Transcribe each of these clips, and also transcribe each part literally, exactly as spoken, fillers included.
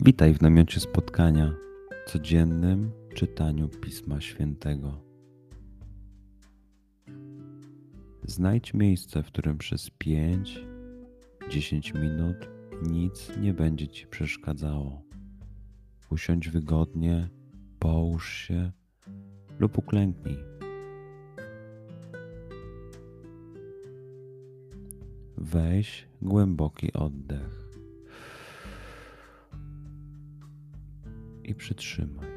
Witaj w namiocie spotkania, codziennym czytaniu Pisma Świętego. Znajdź miejsce, w którym przez pięć do dziesięciu minut nic nie będzie Ci przeszkadzało. Usiądź wygodnie, połóż się lub uklęknij. Weź głęboki oddech i przytrzymaj.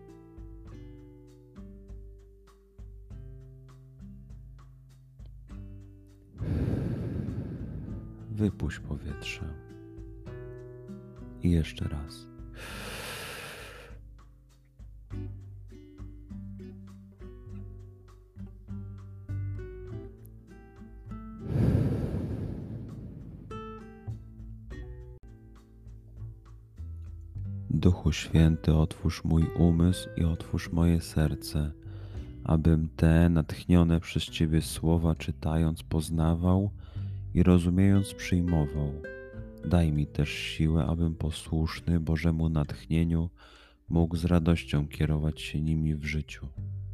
Wypuść powietrze. I jeszcze raz. Duchu Święty, otwórz mój umysł i otwórz moje serce, abym te natchnione przez Ciebie słowa czytając poznawał i rozumiejąc przyjmował. Daj mi też siłę, abym posłuszny Bożemu natchnieniu mógł z radością kierować się nimi w życiu.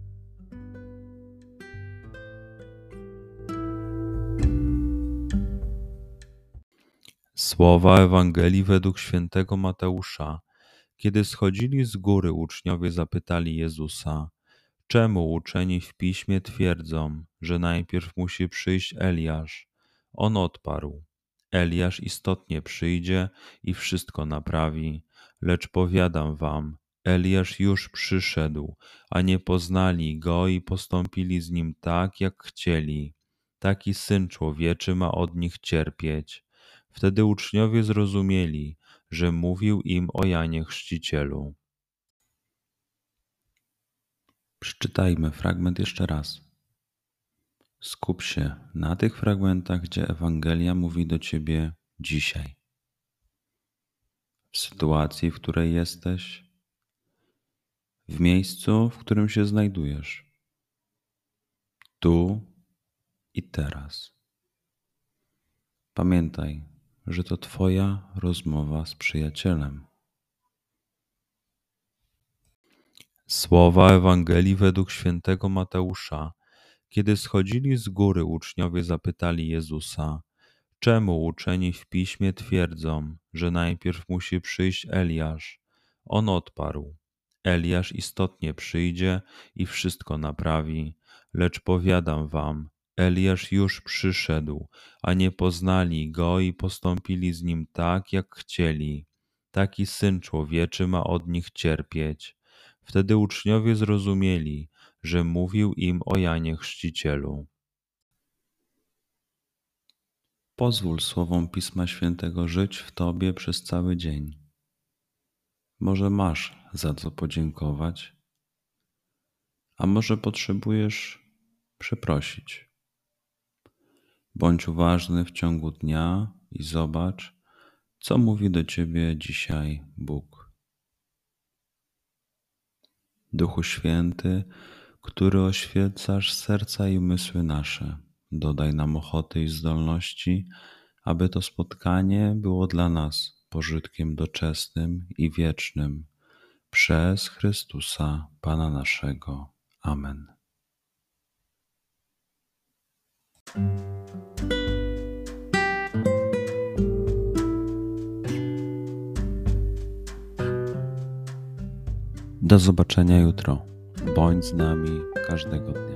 Słowa Ewangelii według świętego Mateusza. Kiedy schodzili z góry, uczniowie zapytali Jezusa: czemu uczeni w piśmie twierdzą, że najpierw musi przyjść Eliasz? On odparł: Eliasz istotnie przyjdzie i wszystko naprawi, lecz powiadam wam, Eliasz już przyszedł, a nie poznali go i postąpili z nim tak, jak chcieli. Taki Syn Człowieczy ma od nich cierpieć. Wtedy uczniowie zrozumieli, że mówił im o Janie Chrzcicielu. Przeczytajmy fragment jeszcze raz. Skup się na tych fragmentach, gdzie Ewangelia mówi do Ciebie dzisiaj. W sytuacji, w której jesteś, w miejscu, w którym się znajdujesz. Tu i teraz. Pamiętaj, że to Twoja rozmowa z przyjacielem. Słowa Ewangelii według świętego Mateusza. Kiedy schodzili z góry, uczniowie zapytali Jezusa: czemu uczeni w piśmie twierdzą, że najpierw musi przyjść Eliasz? On odparł: Eliasz istotnie przyjdzie i wszystko naprawi, lecz powiadam wam, Eliasz już przyszedł, a nie poznali go i postąpili z nim tak, jak chcieli. Taki Syn Człowieczy ma od nich cierpieć. Wtedy uczniowie zrozumieli, że mówił im o Janie Chrzcicielu. Pozwól słowom Pisma Świętego żyć w Tobie przez cały dzień. Może masz za co podziękować, a może potrzebujesz przeprosić. Bądź uważny w ciągu dnia i zobacz, co mówi do Ciebie dzisiaj Bóg. Duchu Święty, który oświecasz serca i umysły nasze, dodaj nam ochoty i zdolności, aby to spotkanie było dla nas pożytkiem doczesnym i wiecznym. Przez Chrystusa, Pana naszego. Amen. Do zobaczenia jutro. Bądź z nami każdego dnia.